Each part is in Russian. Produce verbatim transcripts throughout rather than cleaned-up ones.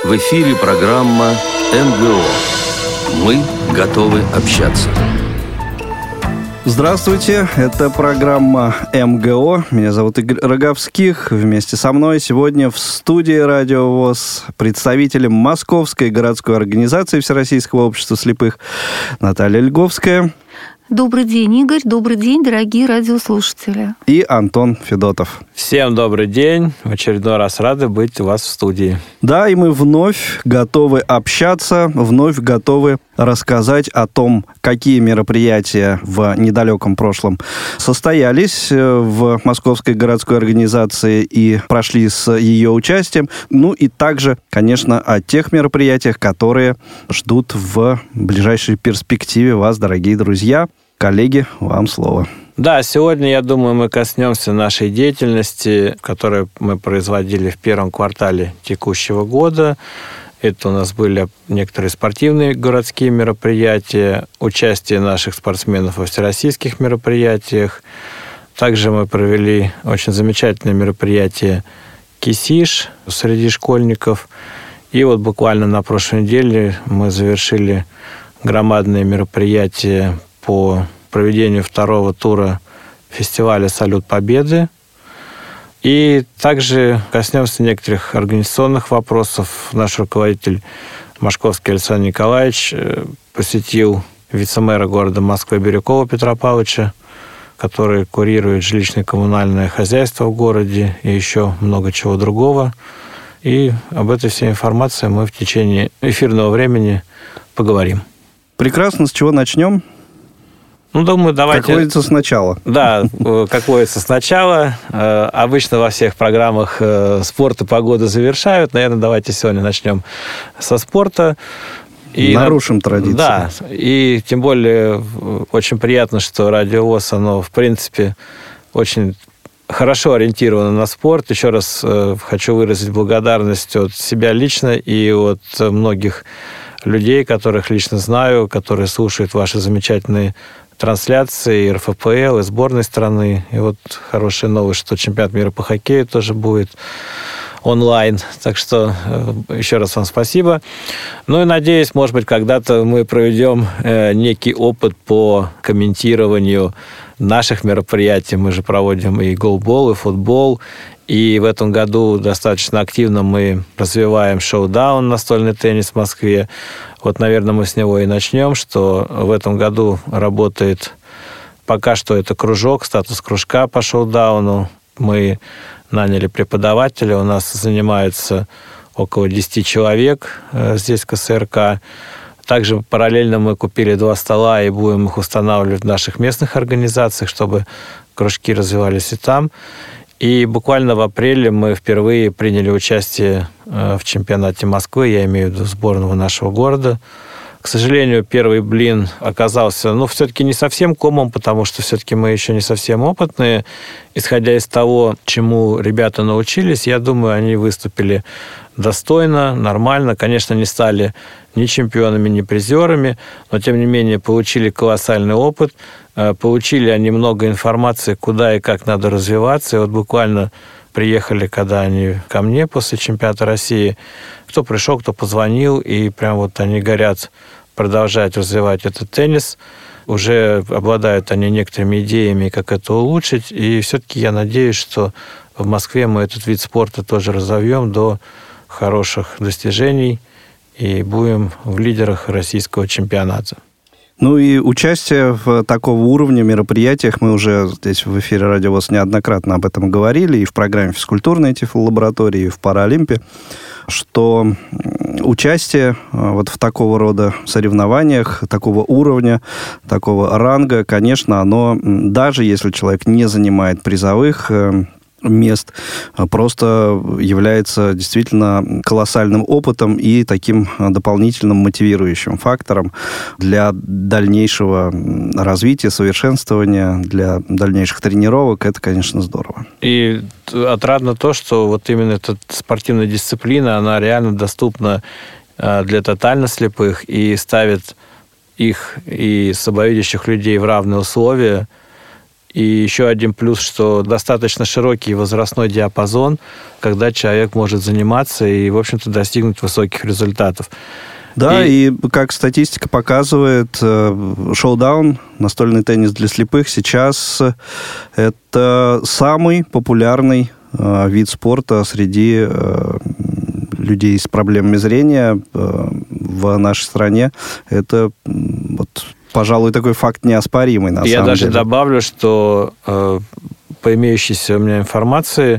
В эфире программа эм гэ о. Мы готовы общаться. Здравствуйте, это программа эм гэ о. Меня зовут Игорь Роговских. Вместе со мной сегодня в студии Радио ВОС представителем Московской городской организации Всероссийского общества слепых Наталья Льговская. Добрый день, Игорь. Добрый день, дорогие радиослушатели. И Антон Федотов. Всем добрый день. В очередной раз рады быть у вас в студии. Да, и мы вновь готовы общаться, вновь готовы рассказать о том, какие мероприятия в недалеком прошлом состоялись в Московской городской организации и прошли с ее участием. Ну и также, конечно, о тех мероприятиях, которые ждут в ближайшей перспективе вас, дорогие друзья. Коллеги, вам слово. Да, сегодня, я думаю, мы коснемся нашей деятельности, которую мы производили в первом квартале текущего года. Это у нас были некоторые спортивные городские мероприятия, участие наших спортсменов во всероссийских мероприятиях. Также мы провели очень замечательное мероприятие «Кисиш» среди школьников. И вот буквально на прошлой неделе мы завершили громадное мероприятие по проведению второго тура фестиваля «Салют Победы». И также коснемся некоторых организационных вопросов. Наш руководитель Машковский Александр Николаевич посетил вице-мэра города Москвы Бирюкова Петра Павловича, который курирует жилищно-коммунальное хозяйство в городе и еще много чего другого. И об этой всей информации мы в течение эфирного времени поговорим. Прекрасно. С чего начнем? Ну, думаю, давайте... Как водится, сначала. Да, как водится, сначала. Обычно во всех программах спорт и погода завершают. Наверное, давайте сегодня начнем со спорта. И нарушим традицию. Да, и тем более очень приятно, что Радио ВОС, оно, в принципе, очень хорошо ориентировано на спорт. Еще раз хочу выразить благодарность от себя лично и от многих людей, которых лично знаю, которые слушают ваши замечательные трансляции и эр эф пэ эл, и сборной страны. И вот хорошая новость, что чемпионат мира по хоккею тоже будет онлайн. Так что еще раз вам спасибо. Ну и надеюсь, может быть, когда-то мы проведем некий опыт по комментированию наших мероприятий. Мы же проводим и голбол, и футбол. И в этом году достаточно активно мы развиваем шоу-даун, настольный теннис в Москве. Вот, наверное, мы с него и начнем, что в этом году работает пока что это кружок, статус кружка по шоу-дауну. Мы наняли преподавателя, у нас занимается около десять человек здесь в ка эс эр ка. Также параллельно мы купили два стола и будем их устанавливать в наших местных организациях, чтобы кружки развивались и там. И буквально в апреле мы впервые приняли участие в чемпионате Москвы, я имею в виду сборную нашего города. К сожалению, первый блин оказался, ну, все-таки не совсем комом, потому что все-таки мы еще не совсем опытные. Исходя из того, чему ребята научились, я думаю, они выступили достойно, нормально. Конечно, не стали ни чемпионами, ни призерами, но, тем не менее, получили колоссальный опыт. Получили они много информации, куда и как надо развиваться. И вот буквально приехали, когда они ко мне после чемпионата России. Кто пришел, кто позвонил, и прям вот они горят продолжать развивать этот теннис. Уже обладают они некоторыми идеями, как это улучшить. И все-таки я надеюсь, что в Москве мы этот вид спорта тоже разовьем до хороших достижений и будем в лидерах российского чемпионата. Ну и участие в такого уровня мероприятиях, мы уже здесь в эфире Радио ВОС неоднократно об этом говорили, и в программе «Физкультурная тифлолаборатория», и в Паралимпе, что участие вот в такого рода соревнованиях, такого уровня, такого ранга, конечно, оно, даже если человек не занимает призовых мест, просто является действительно колоссальным опытом и таким дополнительным мотивирующим фактором для дальнейшего развития, совершенствования, для дальнейших тренировок. Это, конечно, здорово. И отрадно то, что вот именно эта спортивная дисциплина, она реально доступна для тотально слепых и ставит их и слабовидящих людей в равные условия. И еще один плюс, что достаточно широкий возрастной диапазон, когда человек может заниматься и, в общем-то, достигнуть высоких результатов. Да, и... и как статистика показывает, шоу-даун, настольный теннис для слепых, сейчас это самый популярный вид спорта среди людей с проблемами зрения в нашей стране. Это вот, пожалуй, такой факт неоспоримый, на Я самом даже деле. добавлю, что по имеющейся у меня информации,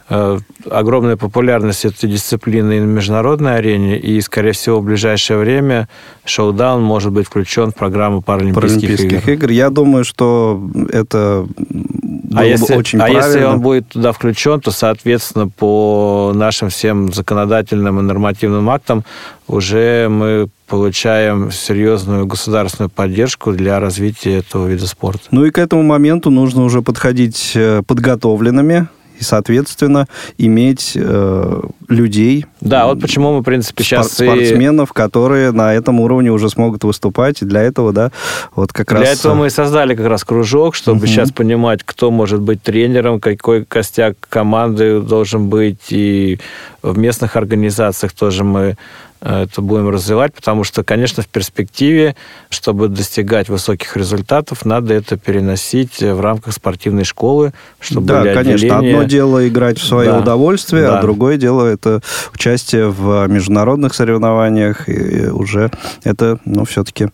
огромная популярность этой дисциплины и на международной арене, и, скорее всего, в ближайшее время шоу-даун может быть включен в программу Паралимпийских, Паралимпийских игр. игр. Я думаю, что это было а если, бы очень а правильно. если он будет туда включен, то, соответственно, по нашим всем законодательным и нормативным актам уже мы получаем серьезную государственную поддержку для развития этого вида спорта. Ну и к этому моменту нужно уже подходить подготовленными, и, соответственно, иметь э, людей... Да, вот почему мы, в принципе, сейчас... Спор- спортсменов, и... которые на этом уровне уже смогут выступать. И для этого, да, вот как для раз... Для этого мы и создали как раз кружок, чтобы uh-huh. сейчас понимать, кто может быть тренером, какой костяк команды должен быть. И в местных организациях тоже мы это будем развивать, потому что, конечно, в перспективе, чтобы достигать высоких результатов, надо это переносить в рамках спортивной школы, чтобы да, были конечно. отделения. Одно дело играть в свое да. удовольствие, да. а другое дело это участие в международных соревнованиях, и уже это, ну, все-таки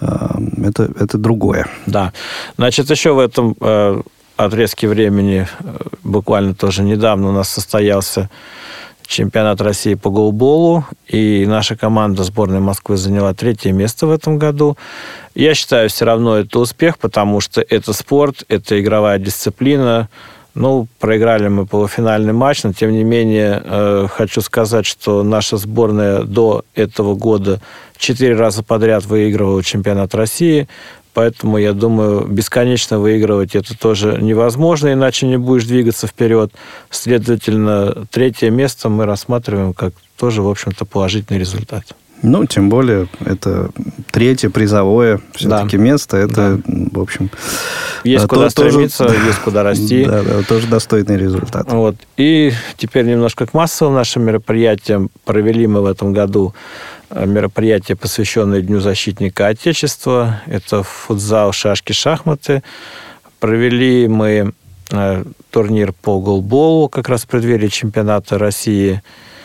это, это другое. Да. Значит, еще в этом отрезке времени, буквально тоже недавно у нас состоялся чемпионат России по голболу, и наша команда сборной Москвы заняла третье место в этом году. Я считаю, все равно это успех, потому что это спорт, это игровая дисциплина. Ну, проиграли мы полуфинальный матч, но, тем не менее, э, хочу сказать, что наша сборная до этого года четыре раза подряд выигрывала чемпионат России. Поэтому, я думаю, бесконечно выигрывать это тоже невозможно, иначе не будешь двигаться вперед. Следовательно, третье место мы рассматриваем как тоже, в общем-то, положительный результат. Ну, тем более, это третье призовое все-таки да. место. Это, да. в общем... Есть то, куда тоже, стремиться, есть куда расти. Да, да, тоже достойный результат. Вот. И теперь немножко к массовым нашим мероприятиям. Провели мы в этом году мероприятие, посвященное Дню защитника Отечества. Это футзал, шашки, шахматы. Провели мы турнир по голболу как раз в преддверии чемпионата России.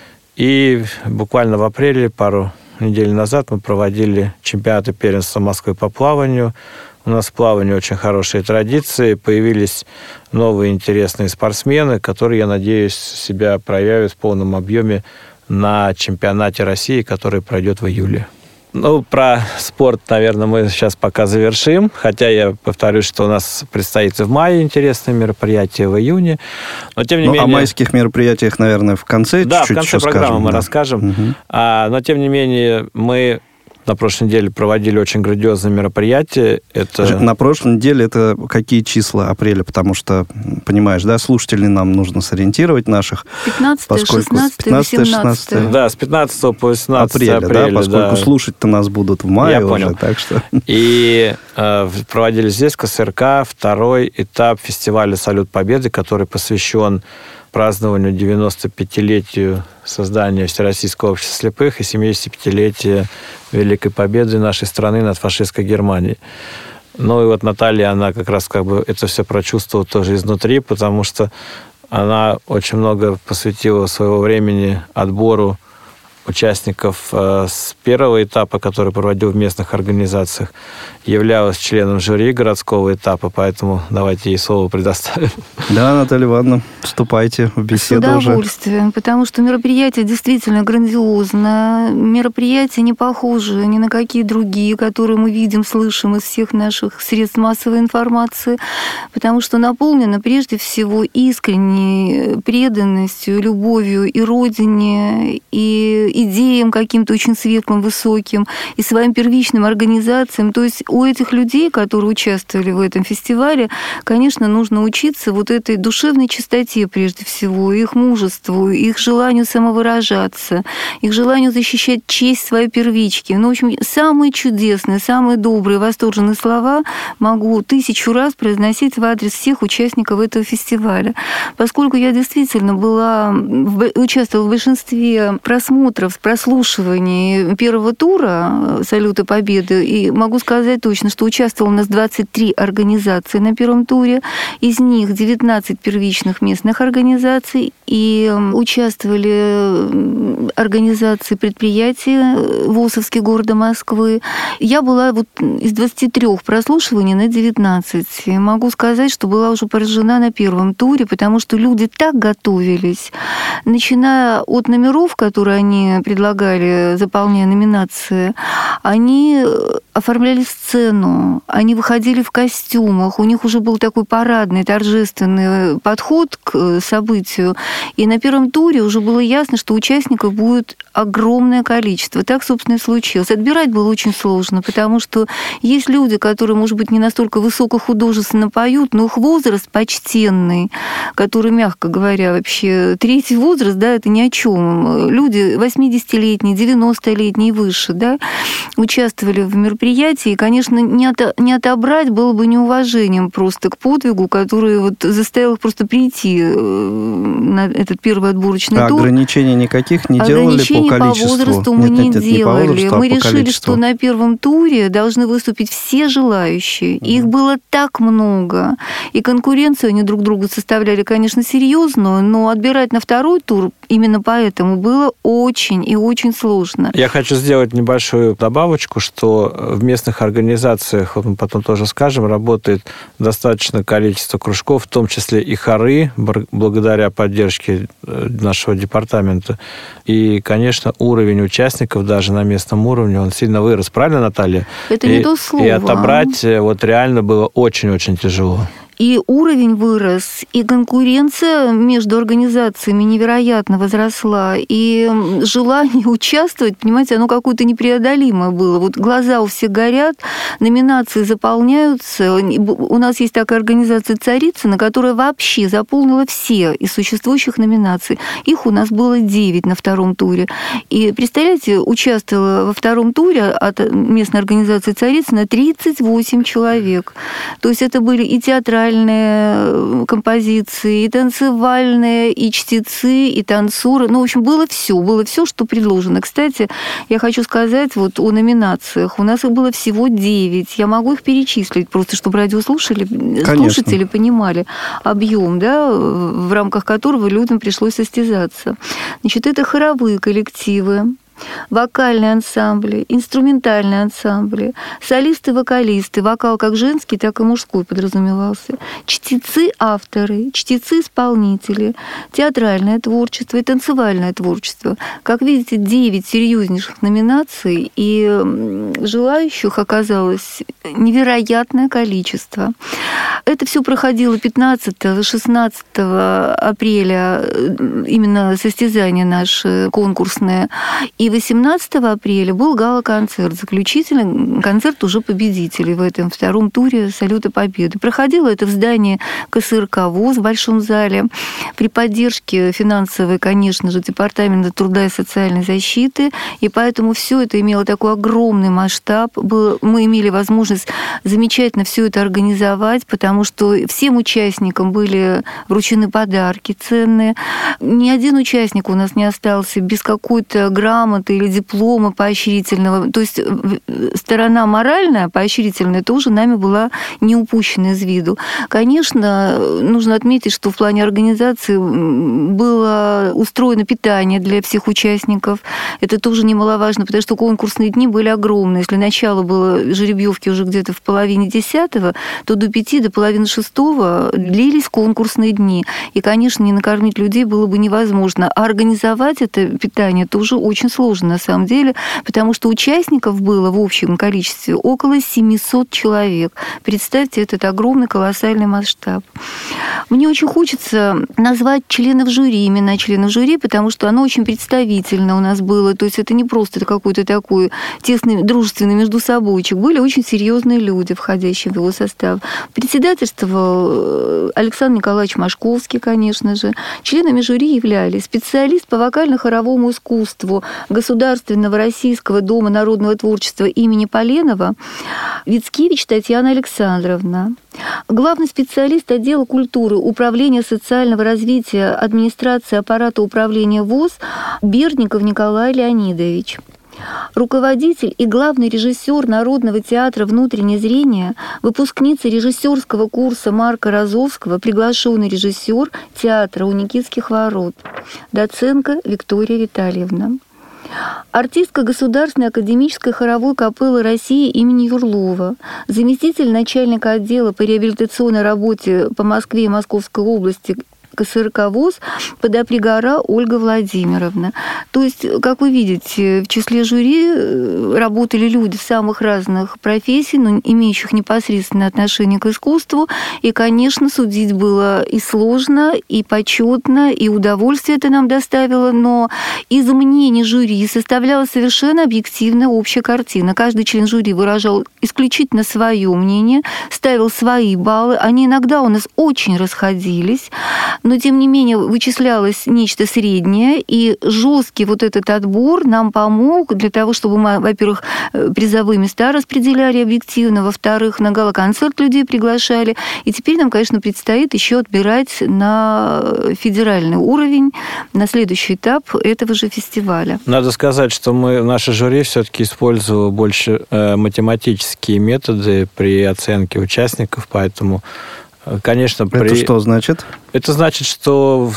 И буквально в апреле, пару недель назад, мы проводили чемпионаты первенства Москвы по плаванию. У нас в плавании очень хорошие традиции. Появились новые интересные спортсмены, которые, я надеюсь, себя проявят в полном объеме на чемпионате России, который пройдет в июле. Ну, про спорт, наверное, мы сейчас пока завершим. Хотя я повторюсь, что у нас предстоит и в мае интересное мероприятие, в июне. Но, тем не ну, менее... о майских мероприятиях, наверное, в конце да, чуть-чуть в конце программы скажем, мы да. расскажем. Угу. А, но, тем не менее, мы на прошлой неделе проводили очень грандиозное мероприятие. Это... На прошлой неделе это какие числа апреля? Потому что, понимаешь, да, слушателей нам нужно сориентировать наших. пятнадцатое, шестнадцатое, восемнадцатое. Да, с пятнадцатого по восемнадцатое апреля, апреля. Да, поскольку да. слушать-то нас будут в мае. Я уже, понял. Так что... И э, проводили здесь, в ка эс эр ка, второй этап фестиваля «Салют Победы», который посвящен празднованию девяносто-пятилетию создания Всероссийского общества слепых и семидесятипятилетия Великой Победы нашей страны над фашистской Германией. Ну и вот Наталья, она как раз как бы это все прочувствовала тоже изнутри, потому что она очень много посвятила своего времени отбору участников э, с первого этапа, который проводил в местных организациях, являлась членом жюри городского этапа, поэтому давайте ей слово предоставим. Да, Наталья Ивановна, вступайте в беседу уже. С удовольствием, потому что мероприятие действительно грандиозное. Мероприятие не похоже ни на какие другие, которые мы видим, слышим из всех наших средств массовой информации, потому что наполнено прежде всего искренней преданностью, любовью и родине, и и идеям каким-то очень светлым, высоким, и своим первичным организациям. То есть у этих людей, которые участвовали в этом фестивале, конечно, нужно учиться вот этой душевной чистоте прежде всего, их мужеству, их желанию самовыражаться, их желанию защищать честь своей первички. Ну, в общем, самые чудесные, самые добрые, восторженные слова могу тысячу раз произносить в адрес всех участников этого фестиваля. Поскольку я действительно была, участвовала в большинстве просмотров, прослушиваний первого тура «Салюта Победы», и могу сказать точно, что участвовало у нас двадцать три организации на первом туре, из них девятнадцать первичных местных организаций, и участвовали организации предприятий ВОСовские города Москвы. Я была вот из двадцати трёх прослушиваний на девятнадцать. Могу сказать, что была уже поражена на первом туре, потому что люди так готовились, начиная от номеров, которые они предлагали, заполняя номинации, они оформляли сцену, они выходили в костюмах, у них уже был такой парадный, торжественный подход к событию. И на первом туре уже было ясно, что участников будет огромное количество. Так, собственно, и случилось. Отбирать было очень сложно, потому что есть люди, которые, может быть, не настолько высокохудожественно поют, но их возраст почтенный, который, мягко говоря, вообще третий возраст, да, это ни о чем. Люди восьмидесятилетние, девяностолетние и выше, да, участвовали в мероприятии, и, конечно, не, от, не отобрать было бы неуважением просто к подвигу, который вот заставил их просто прийти на этот первый отборочный а тур. Ограничений никаких не делали Ограничений по количеству? по возрасту мы нет, не нет, нет, делали. не по возрасту, мы а по решили, количеству. что на первом туре должны выступить все желающие. Mm-hmm. Их было так много. И конкуренцию они друг другу составляли, конечно, серьезную, но отбирать на второй тур именно поэтому было очень и очень сложно. Я хочу сделать небольшую добавочку, что в местных организациях, вот мы потом тоже скажем, работает достаточное количество кружков, в том числе и хоры, благодаря поддержке нашего департамента. И, конечно, уровень участников даже на местном уровне, он сильно вырос. Правильно, Наталья? Это и, не то слово. И отобрать вот реально было очень-очень тяжело. И уровень вырос, и конкуренция между организациями невероятно возросла, и желание участвовать, понимаете, оно какое-то непреодолимое было. Вот глаза у всех горят, номинации заполняются. У нас есть такая организация «Царицына», которая вообще заполнила все из существующих номинаций. Их у нас было девять на втором туре. И, представляете, участвовало во втором туре от местной организации «Царицына» тридцать восемь человек. То есть это были и театральные композиции, и танцевальные, и чтецы, и танцоры. Ну, в общем, было все, было все, что предложено. Кстати, я хочу сказать вот о номинациях. У нас их было всего девять. Я могу их перечислить, просто чтобы радиослушатели слушатели понимали объем, да, в рамках которого людям пришлось состязаться. Значит, это хоровые коллективы, вокальные ансамбли, инструментальные ансамбли, солисты-вокалисты, вокал как женский, так и мужской подразумевался, чтецы-авторы, чтецы-исполнители, театральное творчество и танцевальное творчество. Как видите, девять серьезнейших номинаций, и желающих оказалось невероятное количество. Это все проходило пятнадцатого-шестнадцатого апреля, именно состязания наши конкурсные, и восемнадцатого апреля был гала-концерт, заключительный концерт уже победителей в этом втором туре «Салюта Победы». Проходило это в здании ка эс эр ка ВОС в Большом зале при поддержке финансовой, конечно же, Департамента труда и социальной защиты, и поэтому все это имело такой огромный масштаб. Мы имели возможность замечательно все это организовать, потому что всем участникам были вручены подарки ценные. Ни один участник у нас не остался без какой-то грамоты или диплома поощрительного. То есть сторона моральная, поощрительная, тоже нами была не упущена из виду. Конечно, нужно отметить, что в плане организации было устроено питание для всех участников. Это тоже немаловажно, потому что конкурсные дни были огромные. Если начало было жеребьевки уже где-то в половине десятого, то до пяти, до половины половины шестого длились конкурсные дни. И, конечно, не накормить людей было бы невозможно. А организовать это питание тоже очень сложно, на самом деле, потому что участников было в общем количестве около семьсот человек. Представьте, этот огромный, колоссальный масштаб. Мне очень хочется назвать членов жюри, имена членов жюри, потому что оно очень представительно у нас было. То есть это не просто какой-то такой тесный, дружественный между собойчик. Были очень серьезные люди, входящие в его состав. Председательствовал Александр Николаевич Машковский, конечно же. Членами жюри являлись специалист по вокально-хоровому искусству Государственного российского дома народного творчества имени Поленова Вицкевич Татьяна Александровна. Главный специалист отдела культуры Управления социального развития администрации аппарата управления ВОС Бердников Николай Леонидович. Руководитель и главный режиссер Народного театра «Внутреннее зрение», выпускница режиссерского курса Марка Розовского, приглашенный режиссер театра у Никитских ворот, доцентка Виктория Витальевна. Артистка Государственной академической хоровой капеллы России имени Юрлова, заместитель начальника отдела по реабилитационной работе по Москве и Московской области ка эс эр ка ВОС Подопригора Ольга Владимировна. То есть, как вы видите, в числе жюри работали люди самых разных профессий, но имеющих непосредственное отношение к искусству. И, конечно, судить было и сложно, и почетно, и удовольствие это нам доставило, но из мнений жюри составлялась совершенно объективная общая картина. Каждый член жюри выражал исключительно свое мнение, ставил свои баллы. Они иногда у нас очень расходились, но, тем не менее, вычислялось нечто среднее, и жесткий вот этот отбор нам помог для того, чтобы мы, во-первых, призовые места распределяли объективно, во-вторых, на гала-концерт людей приглашали, и теперь нам, конечно, предстоит еще отбирать на федеральный уровень, на следующий этап этого же фестиваля. Надо сказать, что мы, наше жюри все-таки использовало больше математические методы при оценке участников, поэтому конечно, при... Это что значит? Это значит, что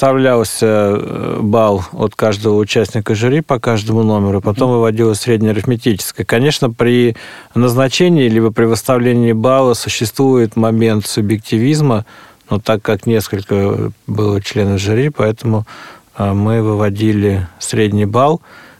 выставлялся балл от каждого участника жюри по каждому номеру, потом выводилось среднеарифметическое. Конечно, при назначении либо при выставлении балла существует момент субъективизма, но так как несколько было членов жюри, поэтому мы выводили средний балл.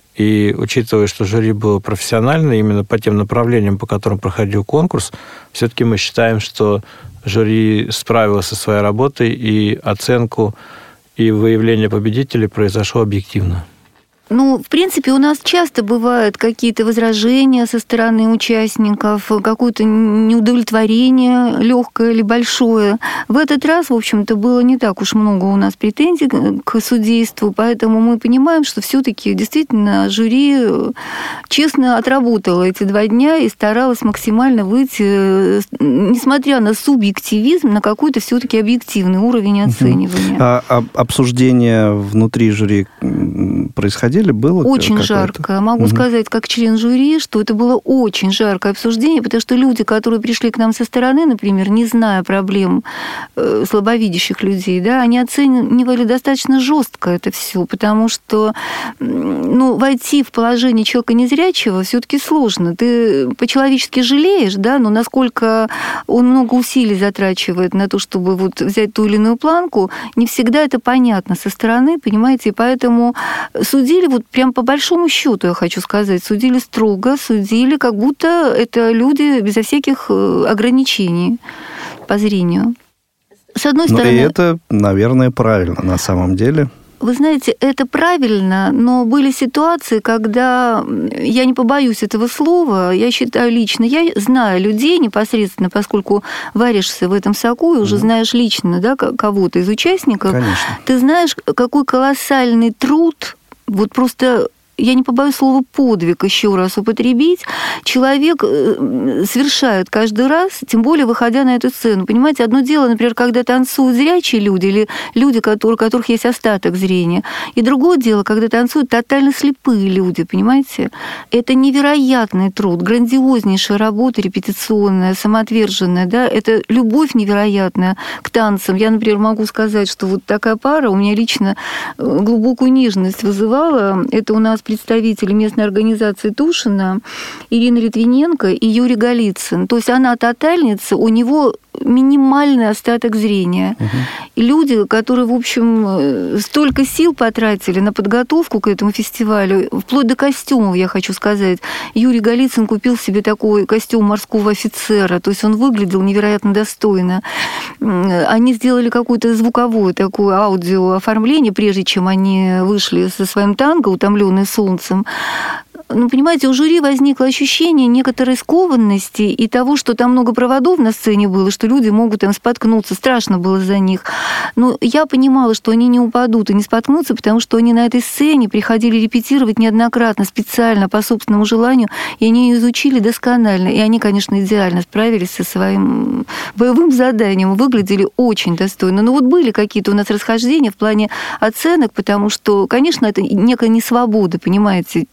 И учитывая, что жюри было профессиональное именно по тем направлениям, по которым проходил конкурс, все-таки мы считаем, что жюри справилось со своей работой, и оценку и выявление победителей произошло объективно. Ну, в принципе, у нас часто бывают какие-то возражения со стороны участников, какое-то неудовлетворение легкое или большое. В этот раз, в общем-то, было не так уж много у нас претензий к судейству, поэтому мы понимаем, что все-таки действительно жюри честно отработало эти два дня и старалось максимально выйти, несмотря на субъективизм, на какой-то все-таки объективный уровень оценивания. А, а обсуждения внутри жюри происходили? Было очень жарко. Могу угу. сказать, как член жюри, что это было очень жаркое обсуждение, потому что люди, которые пришли к нам со стороны, например, не зная проблем э, слабовидящих людей, да, они оценивали достаточно жестко это все, потому что ну, войти в положение человека незрячего все-таки сложно. Ты по-человечески жалеешь, да, но насколько он много усилий затрачивает на то, чтобы вот взять ту или иную планку, не всегда это понятно со стороны, понимаете, и поэтому судили вот прям по большому счету, я хочу сказать, судили строго, судили, как будто это люди безо всяких ограничений по зрению. С одной стороны... Ну и это, наверное, правильно на самом деле. Вы знаете, это правильно, но были ситуации, когда, я не побоюсь этого слова, я считаю лично, я знаю людей непосредственно, поскольку варишься в этом соку и уже знаешь лично, да, кого-то из участников, конечно. Ты знаешь, какой колоссальный труд, вот просто... Я не побоюсь слова «подвиг» еще раз употребить. Человек совершает каждый раз, тем более выходя на эту сцену. Понимаете, одно дело, например, когда танцуют зрячие люди или люди, которые, у которых есть остаток зрения. И другое дело, когда танцуют тотально слепые люди, понимаете? Это невероятный труд, грандиознейшая работа репетиционная, самоотверженная. Да? Это любовь невероятная к танцам. Я, например, могу сказать, что вот такая пара у меня лично глубокую нежность вызывала. Это у нас представители местной организации Тушина, Ирина Литвиненко и Юрий Голицын. То есть она тотальница, у него минимальный остаток зрения. Угу. И люди, которые, в общем, столько сил потратили на подготовку к этому фестивалю, вплоть до костюмов, я хочу сказать. Юрий Голицын купил себе такой костюм морского офицера, то есть он выглядел невероятно достойно. Они сделали какое-то звуковое такое аудиооформление, прежде чем они вышли со своим танго, утомленные солнцем. Ну, понимаете, у жюри возникло ощущение некоторой скованности и того, что там много проводов на сцене было, что люди могут там споткнуться. Страшно было за них. Но я понимала, что они не упадут и не споткнутся, потому что они на этой сцене приходили репетировать неоднократно, специально, по собственному желанию, и они ее изучили досконально. И они, конечно, идеально справились со своим боевым заданием, выглядели очень достойно. Но вот были какие-то у нас расхождения в плане оценок, потому что, конечно, это некая несвобода, понимаете,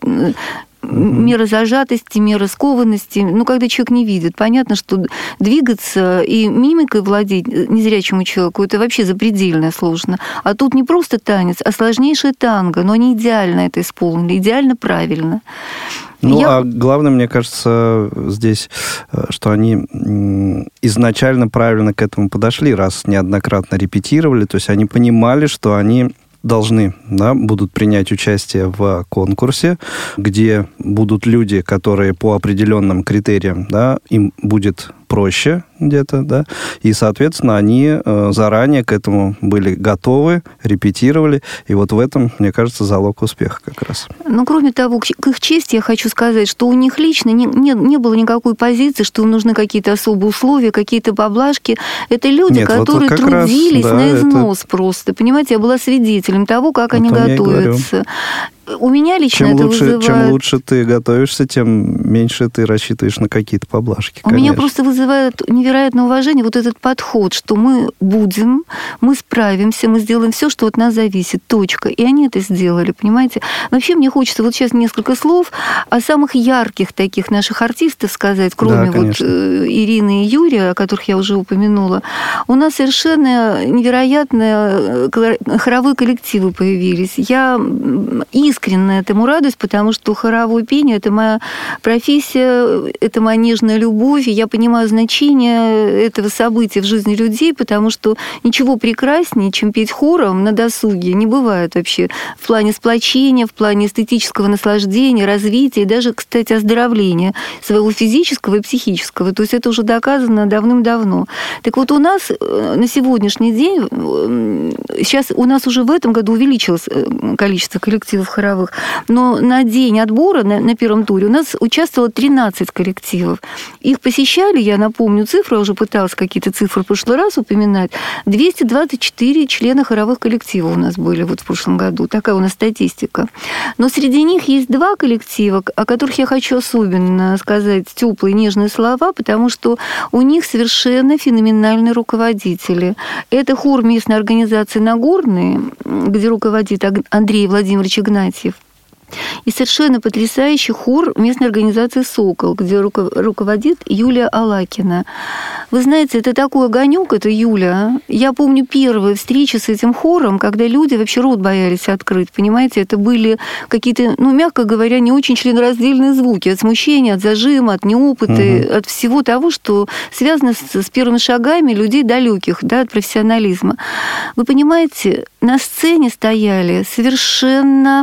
мера зажатости, мера скованности. Ну, когда человек не видит, понятно, что двигаться и мимикой владеть незрячему человеку, это вообще запредельно сложно. А тут не просто танец, а сложнейшее танго, но они идеально это исполнили, идеально правильно. Ну, Я... а главное, мне кажется, здесь, что они изначально правильно к этому подошли, раз неоднократно репетировали, то есть они понимали, что они должны, да, будут принять участие в конкурсе, где будут люди, которые по определенным критериям, да, им будет проще где-то, да, и, соответственно, они э, заранее к этому были готовы, репетировали, и вот в этом, мне кажется, залог успеха как раз. Ну, кроме того, к их чести я хочу сказать, что у них лично не, не, не было никакой позиции, что им нужны какие-то особые условия, какие-то поблажки. Это люди, Нет, которые вот трудились раз, да, на износ это... просто. Понимаете, я была свидетелем того, как они готовятся. У меня лично чем это лучше, вызывает... Чем лучше ты готовишься, тем меньше ты рассчитываешь на какие-то поблажки. У конечно. меня просто вызывает невероятное уважение вот этот подход, что мы будем, мы справимся, мы сделаем все, что от нас зависит, точка. И они это сделали, понимаете? Вообще мне хочется вот сейчас несколько слов о самых ярких таких наших артистов сказать, кроме да, вот Ирины и Юрия, о которых я уже упомянула. У нас совершенно невероятные хоровые коллективы появились. Я искренне искренне этому радуюсь, потому что хоровое пение – это моя профессия, это моя нежная любовь, и я понимаю значение этого события в жизни людей, потому что ничего прекраснее, чем петь хором на досуге, не бывает вообще в плане сплочения, в плане эстетического наслаждения, развития и даже, кстати, оздоровления своего физического и психического. То есть это уже доказано давным-давно. Так вот, у нас на сегодняшний день, сейчас у нас уже в этом году увеличилось количество коллективов хоровых, но на день отбора, на, на первом туре, у нас участвовало тринадцать коллективов. Их посещали, я напомню цифры, я уже пыталась какие-то цифры в прошлый раз упоминать, двести двадцать четыре члена хоровых коллективов у нас были вот в прошлом году. Такая у нас статистика. Но среди них есть два коллектива, о которых я хочу особенно сказать теплые, нежные слова, потому что у них совершенно феноменальные руководители. Это хор местной организации «Нагорный», где руководит Андрей Владимирович Игнатьев, и совершенно потрясающий хор местной организации «Сокол», где руководит Юлия Алакина. Вы знаете, это такой огонек, это Юля. Я помню первые встречи с этим хором, когда люди вообще рот боялись открыть, понимаете? Это были какие-то, ну, мягко говоря, не очень членораздельные звуки от смущения, от зажима, от неопыта, угу. от всего того, что связано с, с первыми шагами людей далеких, да, от профессионализма. Вы понимаете, на сцене стояли совершенно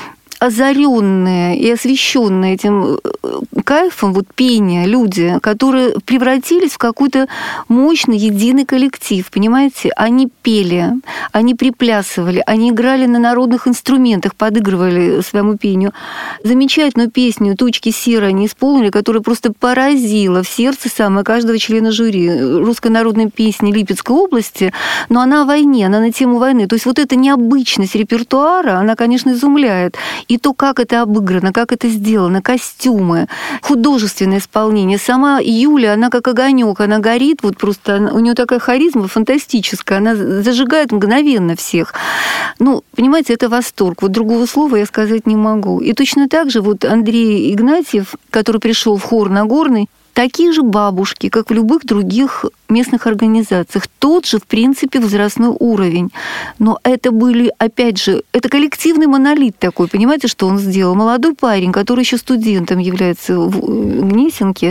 озаренные и освещенные этим кайфом вот пения люди, которые превратились в какой-то мощный единый коллектив, понимаете? Они пели, они приплясывали, они играли на народных инструментах, подыгрывали своему пению. Замечательную песню «Тучки серы» они исполнили, которая просто поразила в сердце самое каждого члена жюри. Русская народная песня Липецкой области, но она о войне, она на тему войны. То есть вот эта необычность репертуара, она, конечно, изумляет. И то, как это обыграно, как это сделано, костюмы, художественное исполнение. Сама Юля, она как огонек, она горит, вот просто она, у нее такая харизма фантастическая, она зажигает мгновенно всех. Ну, понимаете, это восторг. Вот другого слова я сказать не могу. И точно так же вот Андрей Игнатьев, который пришел в хор Нагорный, такие же бабушки, как в любых других местных организациях. Тот же, в принципе, возрастной уровень. Но это были, опять же, это коллективный монолит такой, понимаете, что он сделал? Молодой парень, который еще студентом является в Гнесинке,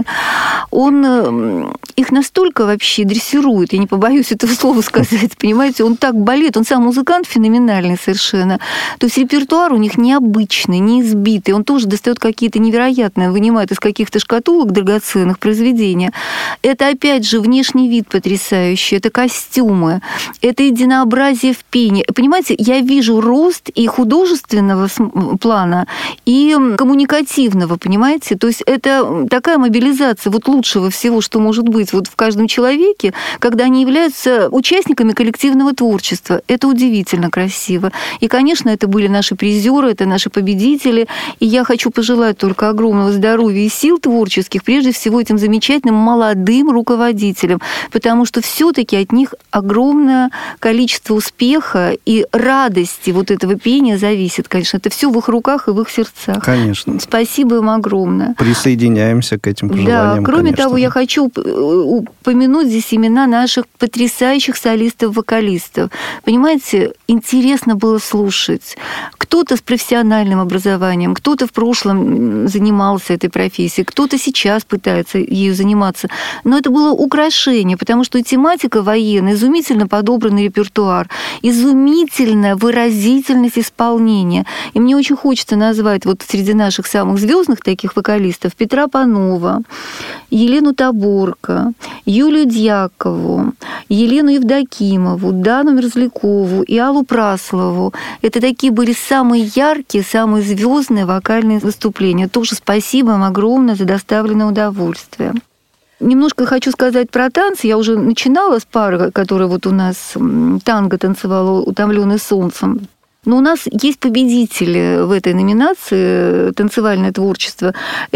он их настолько вообще дрессирует, я не побоюсь этого слова сказать, понимаете, он так балет, он сам музыкант феноменальный совершенно. То есть репертуар у них необычный, неизбитый, он тоже достает какие-то невероятные, вынимает из каких-то шкатулок драгоценных произведения. Это, опять же, внешний вид потрясающий, это костюмы, это единообразие в пении. Понимаете, я вижу рост и художественного плана, и коммуникативного, понимаете? То есть это такая мобилизация вот лучшего всего, что может быть вот в каждом человеке, когда они являются участниками коллективного творчества. Это удивительно красиво. И, конечно, это были наши призеры, это наши победители. И я хочу пожелать только огромного здоровья и сил творческих, прежде всего этим замечательным молодым руководителям, потому что все-таки от них огромное количество успеха и радости вот этого пения зависит, конечно. Это все в их руках и в их сердцах. Конечно. Спасибо им огромное. Присоединяемся к этим пожеланиям. Да, кроме конечно. того, я хочу упомянуть здесь имена наших потрясающих солистов-вокалистов. Понимаете, интересно было слушать. Кто-то с профессиональным образованием, кто-то в прошлом занимался этой профессией, кто-то сейчас пытается ею заниматься. Но это было украшение, потому что тематика военная, изумительно подобранный репертуар, изумительная выразительность исполнения. И мне очень хочется назвать вот среди наших самых звездных таких вокалистов Петра Панова, Елену Таборко, Юлию Дьякову, Елену Евдокимову, Дану Мерзлякову и Аллу Праслову. Это такие были самые яркие, самые звездные вокальные выступления. Тоже спасибо им огромное за доставленное удовольствие. Немножко хочу сказать про танцы. Я уже начинала с пары, которая вот у нас танго танцевала «Утомленный солнцем». Но у нас есть победители в этой номинации «Танцевальное творчество».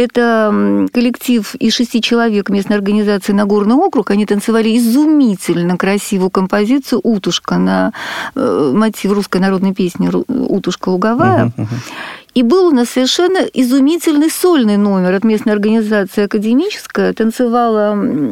Это коллектив из шести человек местной организации «Нагорный округ». Они танцевали изумительно красивую композицию «Утушка» на мотив русской народной песни «Утушка луговая». Uh-huh, uh-huh. И был у нас совершенно изумительный сольный номер от местной организации «Академическая». Танцевала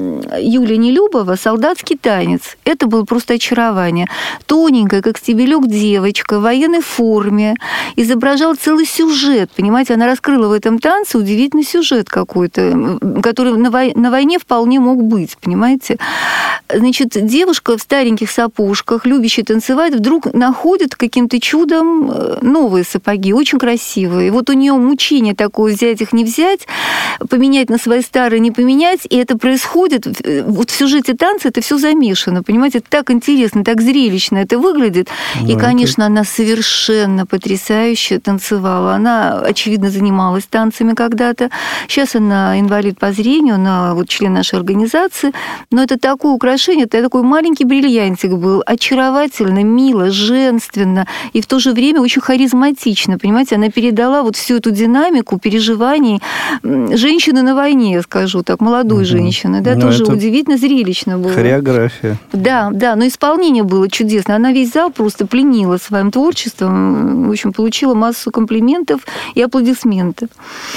Юлия Нелюбова «Солдатский танец». Это было просто очарование. Тоненькая, как стебелек девочка, в военной форме. Изображала целый сюжет. Понимаете, она раскрыла в этом танце удивительный сюжет какой-то, который на войне вполне мог быть, понимаете. Значит, девушка в стареньких сапожках, любящая танцевать, вдруг находит каким-то чудом новые сапоги, очень красивые. И вот у нее мучение такое, взять их, не взять, поменять на свои старые, не поменять, и это происходит, вот в сюжете танца это все замешано, понимаете, это так интересно, так зрелищно это выглядит. Ну, и, конечно, это... она совершенно потрясающе танцевала. Она, очевидно, занималась танцами когда-то. Сейчас она инвалид по зрению, она вот член нашей организации, но это такое украшение, это такой маленький бриллиантик был, очаровательно, мило, женственно, и в то же время очень харизматично, понимаете, она передала вот всю эту динамику переживаний женщины на войне, я скажу так, молодой угу. женщины, да, но тоже удивительно зрелищно было. Хореография. Да, да, но исполнение было чудесно. Она весь зал просто пленила своим творчеством, в общем, получила массу комплиментов и аплодисментов.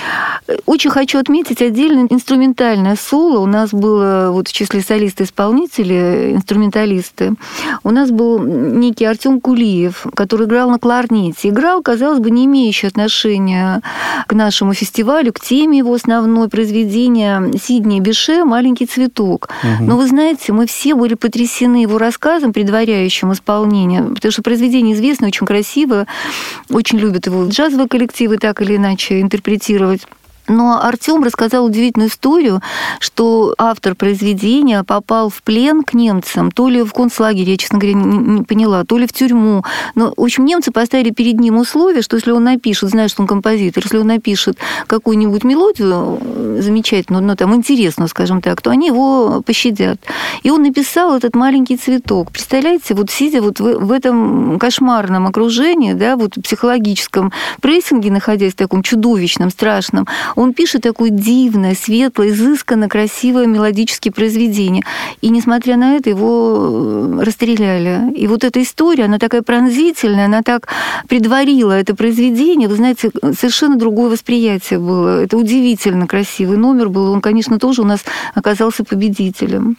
Очень хочу отметить отдельно инструментальное соло. У нас было вот в числе солисты-исполнители, инструменталисты, у нас был некий Артём Кулиев, который играл на кларнете. Играл, казалось бы, не имеющий отношения к нашему фестивалю, к теме его основной произведения Сидни Беше «Маленький цветок». Угу. Но вы знаете, мы все были потрясены его рассказом, предваряющим исполнение, потому что произведение известно, очень красиво, очень любят его джазовые коллективы так или иначе интерпретировать. Но Артём рассказал удивительную историю, что автор произведения попал в плен к немцам, то ли в концлагерь, я, честно говоря, не, не поняла, то ли в тюрьму. Но, в общем, немцы поставили перед ним условие, что если он напишет, знаешь, что он композитор, если он напишет какую-нибудь мелодию замечательную, ну, там, интересную, скажем так, то они его пощадят. И он написал этот «Маленький цветок». Представляете, вот сидя вот в, в этом кошмарном окружении, да, вот в психологическом прессинге, находясь в таком чудовищном, страшном, Он пишет такое дивное, светлое, изысканно красивое мелодическое произведение. И, несмотря на это, его расстреляли. И вот эта история, она такая пронзительная, она так предварила это произведение. Вы знаете, совершенно другое восприятие было. Это удивительно красивый номер был. Он, конечно, тоже у нас оказался победителем.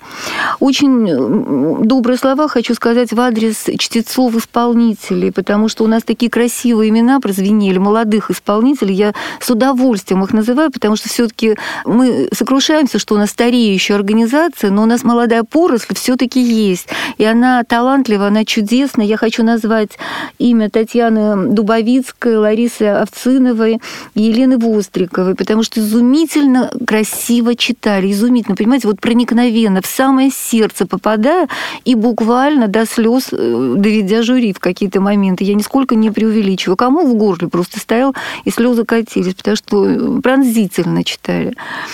Очень добрые слова хочу сказать в адрес чтецов-исполнителей, потому что у нас такие красивые имена прозвенели, молодых исполнителей. Я с удовольствием их называю, потому что все-таки мы сокрушаемся, что у нас стареющая организация, но у нас молодая поросль все-таки есть. И она талантлива, она чудесна. Я хочу назвать имя Татьяны Дубовицкой, Ларисы Овциновой и Елены Востриковой, потому что изумительно красиво читали, изумительно, понимаете, вот проникновенно, в самое сердце попадая и буквально до слез доведя жюри в какие-то моменты. Я нисколько не преувеличиваю. Кому в горле просто стоял, и слезы катились, потому что пронзительно читали.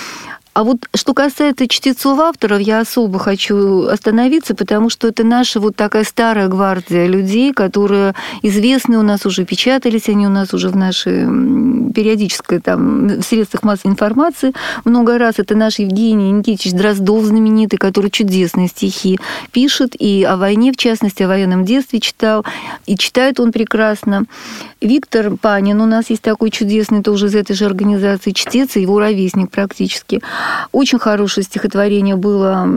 А вот что касается чтецов-авторов, я особо хочу остановиться, потому что это наша вот такая старая гвардия людей, которые известны у нас уже, печатались они у нас уже в нашей периодической там, в средствах массовой информации много раз. Это наш Евгений Никитич Дроздов знаменитый, который чудесные стихи пишет, и о войне, в частности, о военном детстве читал, и читает он прекрасно. Виктор Панин у нас есть такой чудесный, тоже из этой же организации, чтец, и его ровесник практически. Очень хорошее стихотворение было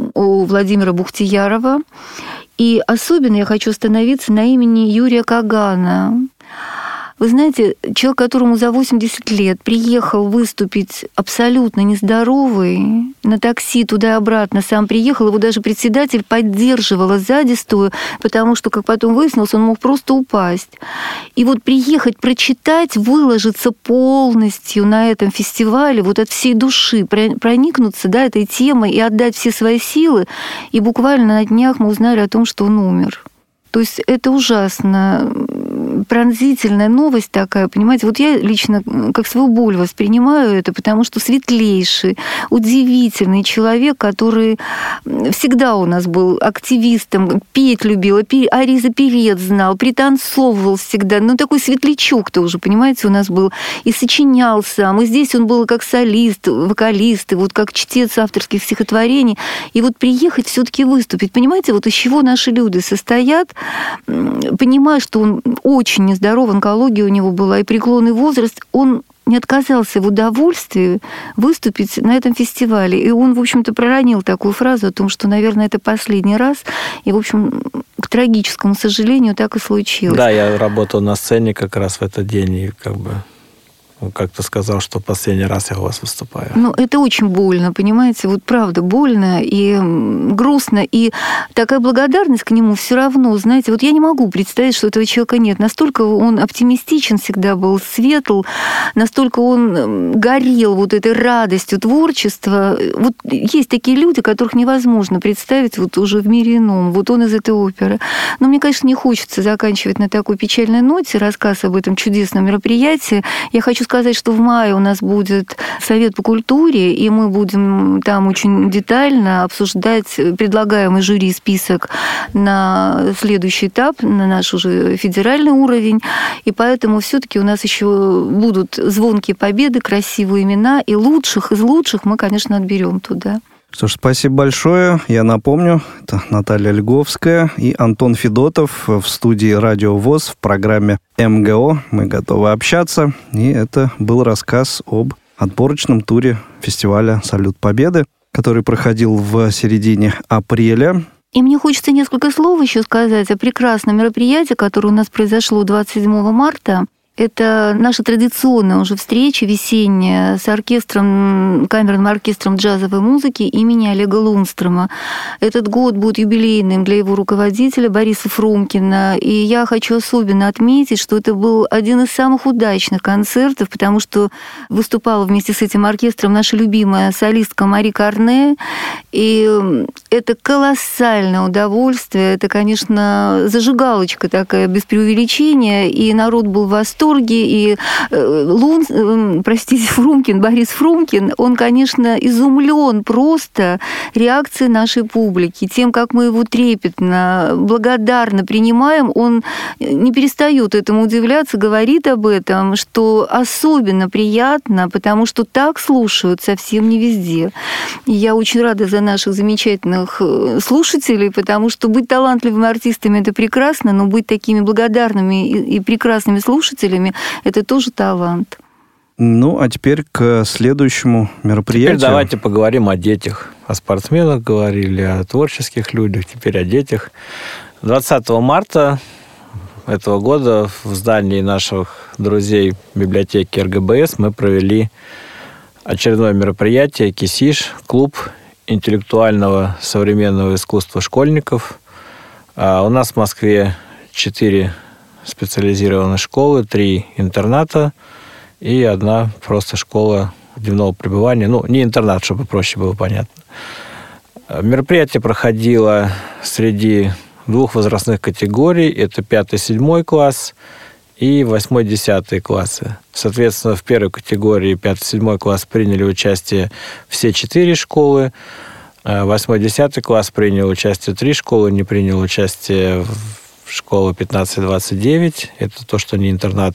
у Владимира Бухтиярова. И особенно я хочу остановиться на имени Юрия Кагана. Вы знаете, человек, которому за восемьдесят лет приехал выступить абсолютно нездоровый, на такси туда и обратно сам приехал, его даже председатель поддерживала сзади стоя, потому что, как потом выяснилось, он мог просто упасть. И вот приехать, прочитать, выложиться полностью на этом фестивале, вот от всей души, проникнуться, да, этой темой и отдать все свои силы, и буквально на днях мы узнали о том, что он умер. То есть это ужасно пронзительная новость такая, понимаете, вот я лично как свою боль воспринимаю это, потому что светлейший, удивительный человек, который всегда у нас был активистом, петь любил, арии за певец знал, пританцовывал всегда, ну такой светлячок тоже, понимаете, у нас был, и сочинял сам, и здесь он был как солист, вокалист, и вот как чтец авторских стихотворений, и вот приехать все-таки выступить, понимаете, вот из чего наши люди состоят, понимая, что он очень нездоров, онкология у него была, и преклонный возраст, он не отказался в удовольствии выступить на этом фестивале. И он, в общем-то, проронил такую фразу о том, что, наверное, это последний раз. И, в общем, к трагическому сожалению, так и случилось. Да, я работал на сцене как раз в этот день, и как бы... Он как-то сказал, что последний раз я у вас выступаю. Ну, это очень больно, понимаете? Вот правда, больно и грустно. И такая благодарность к нему все равно, знаете, вот я не могу представить, что этого человека нет. Настолько он оптимистичен всегда был, светл, настолько он горел вот этой радостью творчества. Вот есть такие люди, которых невозможно представить вот уже в мире ином. Вот он из этой оперы. Но мне, конечно, не хочется заканчивать на такой печальной ноте рассказ об этом чудесном мероприятии. Я хочу сказать, что в мае у нас будет совет по культуре, и мы будем там очень детально обсуждать предлагаемый жюри список на следующий этап, на наш уже федеральный уровень. И поэтому все-таки у нас еще будут звонкие победы, красивые имена, и лучших из лучших мы, конечно, отберем туда. Что ж, спасибо большое. Я напомню, это Наталья Льговская и Антон Федотов в студии Радио ВОС в программе эм гэ о. Мы готовы общаться. И это был рассказ об отборочном туре фестиваля «Салют Победы», который проходил в середине апреля. И мне хочется несколько слов еще сказать о прекрасном мероприятии, которое у нас произошло двадцать седьмого марта. Это наша традиционная уже встреча весенняя с оркестром, камерным оркестром джазовой музыки имени Олега Лунстрома. Этот год будет юбилейным для его руководителя Бориса Фрумкина. И я хочу особенно отметить, что это был один из самых удачных концертов, потому что выступала вместе с этим оркестром наша любимая солистка Мари Карне. И это колоссальное удовольствие. Это, конечно, зажигалочка такая, без преувеличения. И народ был в восторге. восторге. И Лун, простите, Фрумкин, Борис Фрумкин, он, конечно, изумлен просто реакцией нашей публики, тем, как мы его трепетно, благодарно принимаем. Он не перестает этому удивляться, говорит об этом, что особенно приятно, потому что так слушают совсем не везде. И я очень рада за наших замечательных слушателей, потому что быть талантливыми артистами – это прекрасно, но быть такими благодарными и прекрасными слушателями – это тоже талант. Ну, а теперь к следующему мероприятию. Теперь давайте поговорим о детях. О спортсменах говорили, о творческих людях, теперь о детях. двадцатого марта этого года в здании наших друзей библиотеки эр гэ бэ эс мы провели очередное мероприятие «Кисиш», клуб интеллектуального современного искусства школьников. А у нас в Москве четыре специализированные школы, три интерната и одна просто школа дневного пребывания. Ну, не интернат, чтобы проще было понятно. Мероприятие проходило среди двух возрастных категорий. Это пятый-седьмой класс и восьмой-десятый классы. Соответственно, в первой категории пятый-седьмой класс приняли участие все четыре школы. восьмой-десятый класс принял участие три школы, не принял участие в школе пятнадцать двадцать девять. Это то, что не интернат.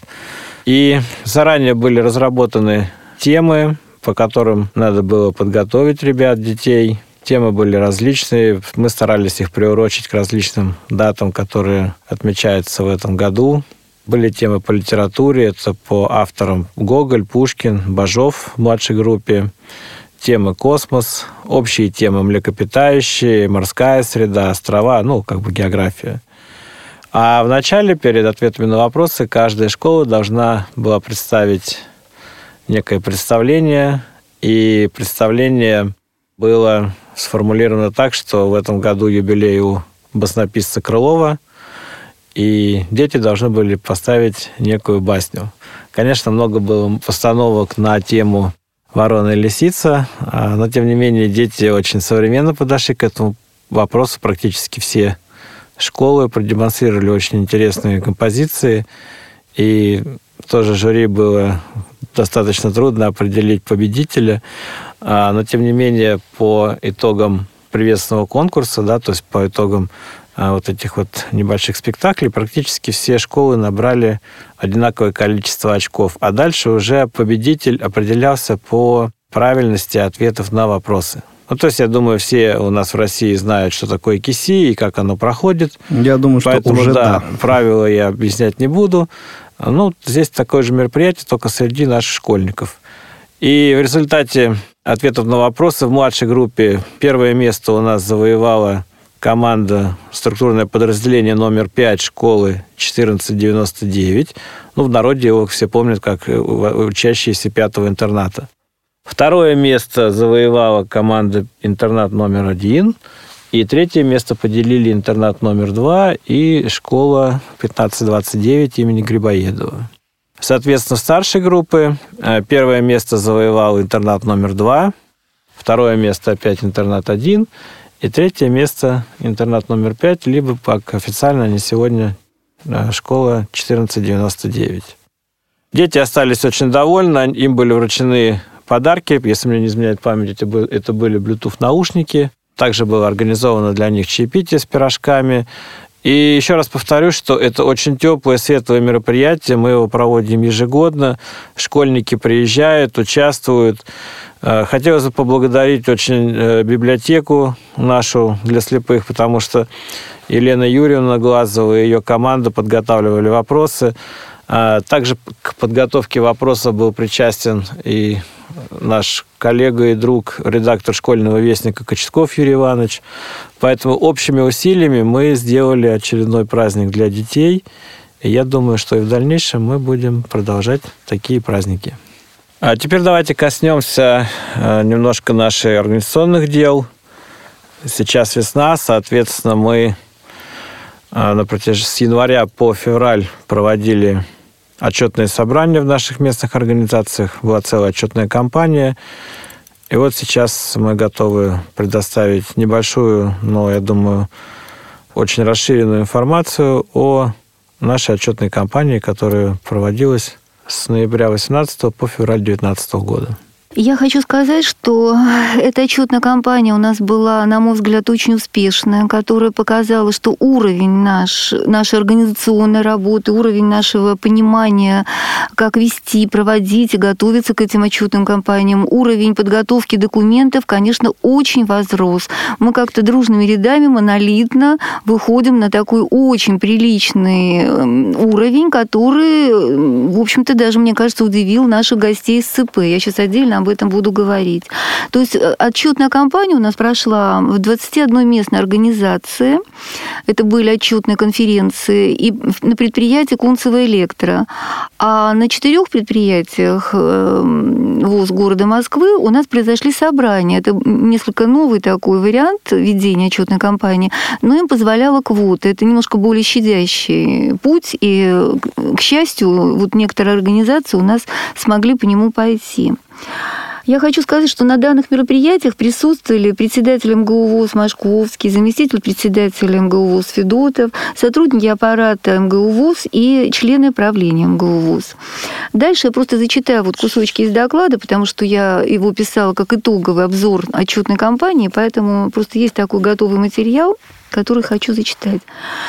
И заранее были разработаны темы, по которым надо было подготовить ребят, детей. Темы были различные. Мы старались их приурочить к различным датам, которые отмечаются в этом году. Были темы по литературе. Это по авторам Гоголь, Пушкин, Бажов в младшей группе. Темы космос, общие темы млекопитающие, морская среда, острова, ну, как бы география. А в начале, перед ответами на вопросы, каждая школа должна была представить некое представление. И представление было сформулировано так, что в этом году юбилей у баснописца Крылова, и дети должны были поставить некую басню. Конечно, много было постановок на тему «Ворона и лисица», но, тем не менее, дети очень современно подошли к этому вопросу. Практически все школы продемонстрировали очень интересные композиции, и тоже жюри было достаточно трудно определить победителя, но, тем не менее, по итогам приветственного конкурса, да, то есть по итогам вот этих вот небольших спектаклей, практически все школы набрали одинаковое количество очков, а дальше уже победитель определялся по правильности ответов на вопросы. Ну, то есть, я думаю, все у нас в России знают, что такое КИСИ и как оно проходит. Я думаю, что Поэтому, уже да, да. правила я объяснять не буду. Ну, здесь такое же мероприятие, только среди наших школьников. И в результате ответов на вопросы в младшей группе первое место у нас завоевала команда, структурное подразделение номер пять школы четырнадцать девяносто девять. Ну, в народе его все помнят как учащиеся пятого интерната. Второе место завоевала команда интернат номер один. И третье место поделили интернат номер два и школа пятнадцать двадцать девять имени Грибоедова. Соответственно, в старшей группы первое место завоевал интернат номер два, второе место опять интернат один, и третье место интернат номер пять, либо, как официально они сегодня, школа четырнадцать девяносто девять. Дети остались очень довольны, им были вручены подарки, если мне не изменяет память, это были Bluetooth-наушники. Также было организовано для них чаепитие с пирожками. И еще раз повторю, что это очень теплое, светлое мероприятие. Мы его проводим ежегодно. Школьники приезжают, участвуют. Хотелось бы поблагодарить очень библиотеку нашу для слепых, потому что Елена Юрьевна Глазова и ее команда подготавливали вопросы. Также к подготовке вопросов был причастен и наш коллега и друг, редактор школьного вестника Кочетков Юрий Иванович. Поэтому общими усилиями мы сделали очередной праздник для детей. И я думаю, что и в дальнейшем мы будем продолжать такие праздники. А теперь давайте коснемся немножко наших организационных дел. Сейчас весна, соответственно, мы на протяжении с января по февраль проводили отчетные собрания в наших местных организациях. Была целая отчетная кампания. И вот сейчас мы готовы предоставить небольшую, но, я думаю, очень расширенную информацию о нашей отчетной кампании, которая проводилась с ноября восемнадцатого по февраль девятнадцатого года. Я хочу сказать, что эта отчетная кампания у нас была, на мой взгляд, очень успешная, которая показала, что уровень наш, нашей организационной работы, уровень нашего понимания, как вести, проводить и готовиться к этим отчетным кампаниям, уровень подготовки документов, конечно, очень возрос. Мы как-то дружными рядами, монолитно выходим на такой очень приличный уровень, который, в общем-то, даже, мне кажется, удивил наших гостей из ЦП. Я сейчас отдельно об этом буду говорить. То есть отчетная кампания у нас прошла в двадцати одной местной организации. Это были отчетные конференции и на предприятии Кунцево Электро. А на четырех предприятиях ВОС города Москвы у нас произошли собрания. Это несколько новый такой вариант ведения отчетной кампании, но им позволяла квота. Это немножко более щадящий путь, и, к счастью, вот некоторые организации у нас смогли по нему пойти. Я хочу сказать, что на данных мероприятиях присутствовали председатель МГУ ВОС Машковский, заместитель председателя МГУ ВОС Федотов, сотрудники аппарата МГУ ВОС и члены правления МГУ ВОС. Дальше я просто зачитаю вот кусочки из доклада, потому что я его писала как итоговый обзор отчетной кампании, поэтому просто есть такой готовый материал, который хочу зачитать.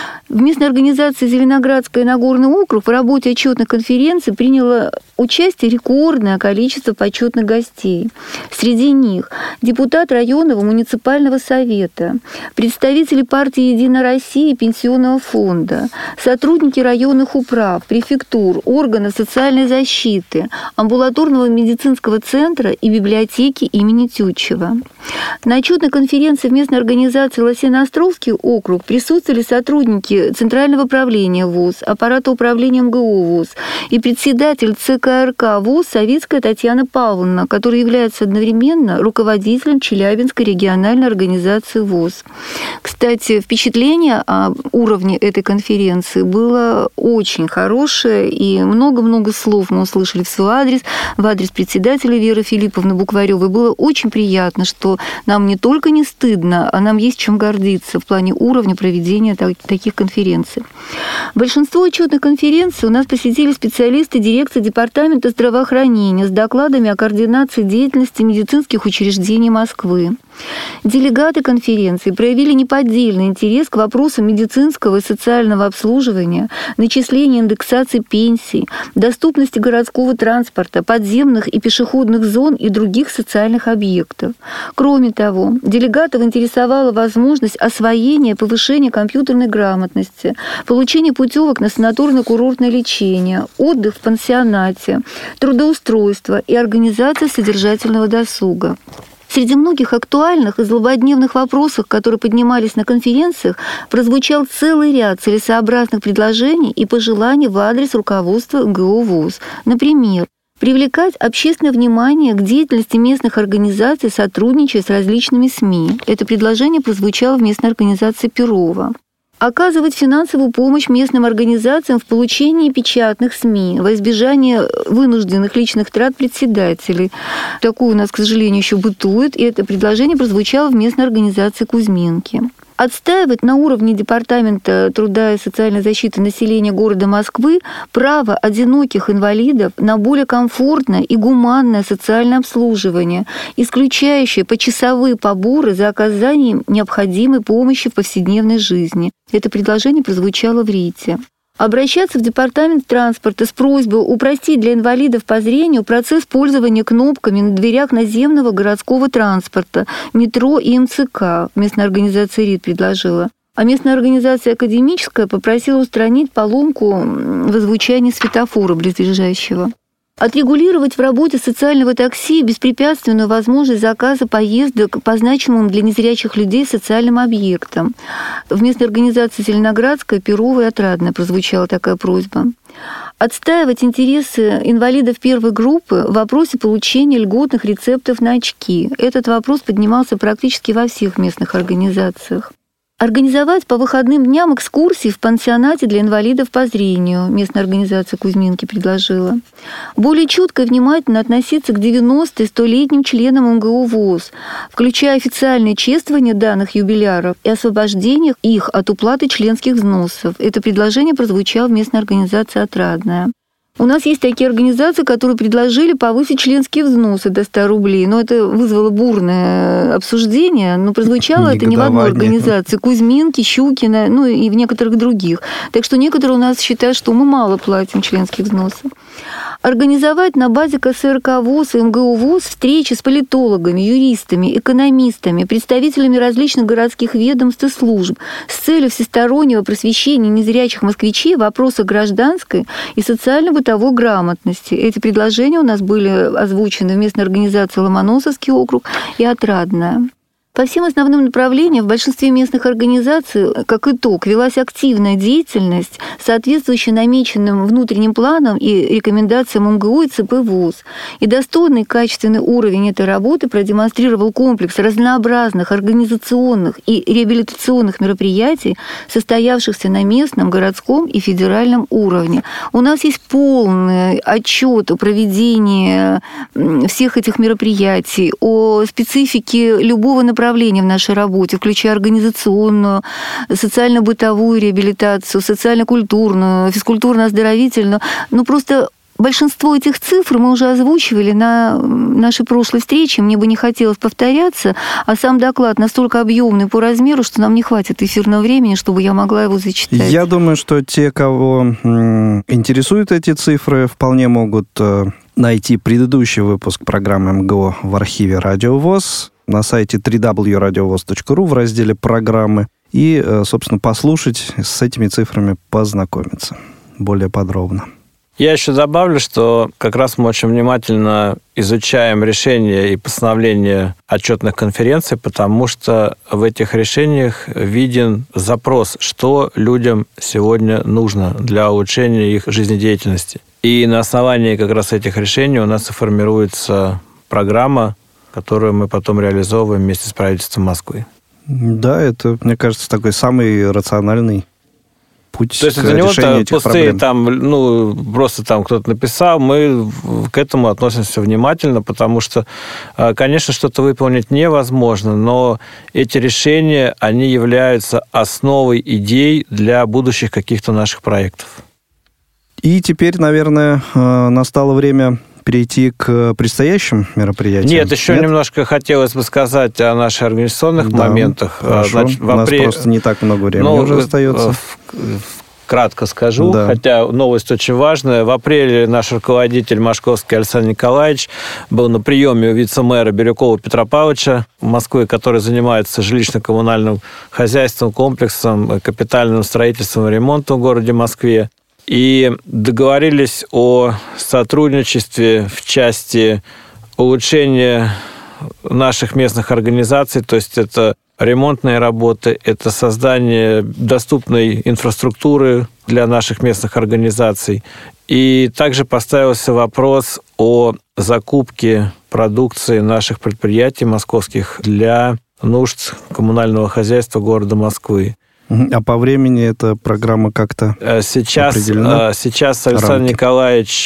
В местной организации Зеленоградская и Нагорный округ в работе отчетных конференций приняло участие рекордное количество почетных гостей. Среди них депутат районного муниципального совета, представители партии «Единая Россия» и Пенсионного фонда, сотрудники районных управ, префектур, органов социальной защиты, амбулаторного медицинского центра и библиотеки имени Тютчева. На отчетной конференции в местной организации Лосино-Островский округ присутствовали сотрудники Центрального управления ВОС, аппарата управления МГУ ВОС и председатель ЦКРК ВОС Савицкая Татьяна Павловна, которая является одновременно руководителем Челябинской региональной организации ВОС. Кстати, впечатление о уровне этой конференции было очень хорошее, и много-много слов мы услышали в свой адрес, в адрес председателя Веры Филипповны Букварёвой. Было очень приятно, что нам не только не стыдно, а нам есть чем гордиться в плане уровня проведения таких конференций. Большинство отчетных конференций у нас посетили специалисты дирекции Департамента здравоохранения с докладами о координации деятельности медицинских учреждений Москвы. Делегаты конференции проявили неподдельный интерес к вопросам медицинского и социального обслуживания, начисления индексации пенсий, доступности городского транспорта, подземных и пешеходных зон и других социальных объектов. Кроме того, делегатов интересовала возможность освоения и повышения компьютерной грамотности, получения путевок на санаторно-курортное лечение, отдых в пансионате, трудоустройство и организация содержательного досуга. Среди многих актуальных и злободневных вопросов, которые поднимались на конференциях, прозвучал целый ряд целесообразных предложений и пожеланий в адрес руководства МГУ ВОС. Например, привлекать общественное внимание к деятельности местных организаций, сотрудничая с различными СМИ. Это предложение прозвучало в местной организации Перова. Оказывать финансовую помощь местным организациям в получении печатных СМИ во избежание вынужденных личных трат председателей. Такое у нас, к сожалению, еще бытует, и это предложение прозвучало в местной организации Кузьминки. Отстаивать на уровне Департамента труда и социальной защиты населения города Москвы право одиноких инвалидов на более комфортное и гуманное социальное обслуживание, исключающее почасовые поборы за оказанием необходимой помощи в повседневной жизни. Это предложение прозвучало в РИТе. Обращаться в Департамент транспорта с просьбой упростить для инвалидов по зрению процесс пользования кнопками на дверях наземного городского транспорта, метро и МЦК. Местная организация РИТ предложила. А местная организация академическая попросила устранить поломку в звучании светофора близлежащего. Отрегулировать в работе социального такси беспрепятственную возможность заказа поездок по значимым для незрячих людей социальным объектам. В местной организации Зеленоградская, Перова и Отрадная прозвучала такая просьба. Отстаивать интересы инвалидов первой группы в вопросе получения льготных рецептов на очки. Этот вопрос поднимался практически во всех местных организациях. Организовать по выходным дням экскурсии в пансионате для инвалидов по зрению. Местная организация Кузьминки предложила. Более чутко и внимательно относиться к девяносто- и столетним членам МГУ ВОС, включая официальное чествование данных юбиляров и освобождение их от уплаты членских взносов. Это предложение прозвучало в местной организации «Отрадная». У нас есть такие организации, которые предложили повысить членские взносы до ста рублей. Но это вызвало бурное обсуждение. Но прозвучало это не в одной организации. Кузьминки, Щукина, ну и в некоторых других. Так что некоторые у нас считают, что мы мало платим членских взносов. Организовать на базе ка эс эр ка ВОС и эм гэ у ВОС встречи с политологами, юристами, экономистами, представителями различных городских ведомств и служб с целью всестороннего просвещения незрячих москвичей в вопросах гражданской и социально-бытовой грамотности. Эти предложения у нас были озвучены в местной организации Ломоносовский округ и Отрадная. По всем основным направлениям в большинстве местных организаций, как итог, велась активная деятельность, соответствующая намеченным внутренним планам и рекомендациям эм гэ у и цэ пэ ВОС. И достойный качественный уровень этой работы продемонстрировал комплекс разнообразных организационных и реабилитационных мероприятий, состоявшихся на местном, городском и федеральном уровне. У нас есть полный отчет о проведении всех этих мероприятий, о специфике любого направления в нашей работе, включая организационную, социально-бытовую реабилитацию, социально-культурную, физкультурно-оздоровительную. Ну, просто большинство этих цифр мы уже озвучивали на нашей прошлой встрече. Мне бы не хотелось повторяться, а сам доклад настолько объемный по размеру, что нам не хватит эфирного времени, чтобы я могла его зачитать. Я думаю, что те, кого интересуют эти цифры, вполне могут найти предыдущий выпуск программы эм гэ о в архиве Радио ВОС на сайте дабл ю дабл ю дабл ю точка радио вос точка ру в разделе «Программы» и, собственно, послушать, с этими цифрами познакомиться более подробно. Я еще добавлю, что как раз мы очень внимательно изучаем решения и постановления отчетных конференций, потому что в этих решениях виден запрос, что людям сегодня нужно для улучшения их жизнедеятельности. И на основании как раз этих решений у нас и формируется программа, которую мы потом реализовываем вместе с правительством Москвы. Да, это, мне кажется, такой самый рациональный путь То есть к это не решению вот этих пустые проблем. там, ну, просто там кто-то написал, мы к этому относимся внимательно, потому что, конечно, что-то выполнить невозможно, но эти решения, они являются основой идей для будущих каких-то наших проектов. И теперь, наверное, настало время перейти к предстоящим мероприятиям? Нет, еще Нет? немножко хотелось бы сказать о наших организационных да, моментах. Хорошо. Значит, в У нас апреле... просто не так много времени ну, уже остается. Кратко скажу, да. Хотя новость очень важная. В апреле наш руководитель Машковский Александр Николаевич был на приеме у вице-мэра Бирюкова Петра Павловича в Москве, который занимается жилищно-коммунальным хозяйством, комплексом, капитальным строительством и ремонтом в городе Москве. И договорились о сотрудничестве в части улучшения наших местных организаций, то есть это ремонтные работы, это создание доступной инфраструктуры для наших местных организаций. И также поставился вопрос о закупке продукции наших предприятий московских для нужд коммунального хозяйства города Москвы. А по времени эта программа как-то сейчас, определена? Сейчас Александр рамки. Николаевич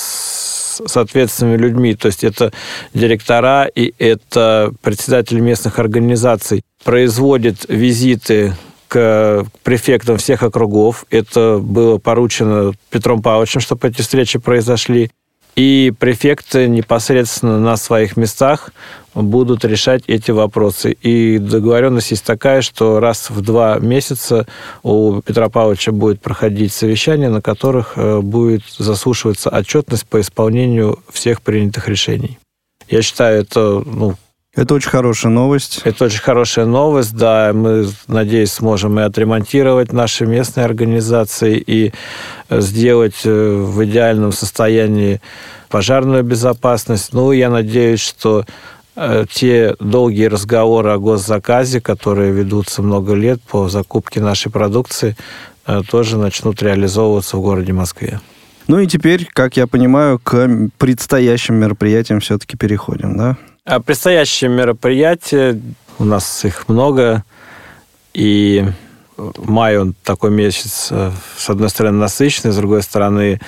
с соответственными людьми, то есть это директора и это председатели местных организаций, производит визиты к префектам всех округов. Это было поручено Петром Павловичем, чтобы эти встречи произошли. И префекты непосредственно на своих местах будут решать эти вопросы. И договоренность есть такая, что раз в два месяца у Петра Павловича будет проходить совещание, на которых будет заслушиваться отчетность по исполнению всех принятых решений. Я считаю, это... Ну, это очень хорошая новость. Это очень хорошая новость, да. Мы, надеюсь, сможем и отремонтировать наши местные организации и сделать в идеальном состоянии пожарную безопасность. Ну, я надеюсь, что те долгие разговоры о госзаказе, которые ведутся много лет по закупке нашей продукции, тоже начнут реализовываться в городе Москве. Ну и теперь, как я понимаю, к предстоящим мероприятиям все-таки переходим, да? А предстоящие мероприятия, у нас их много, И май, он такой месяц, с одной стороны, насыщенный, с другой стороны,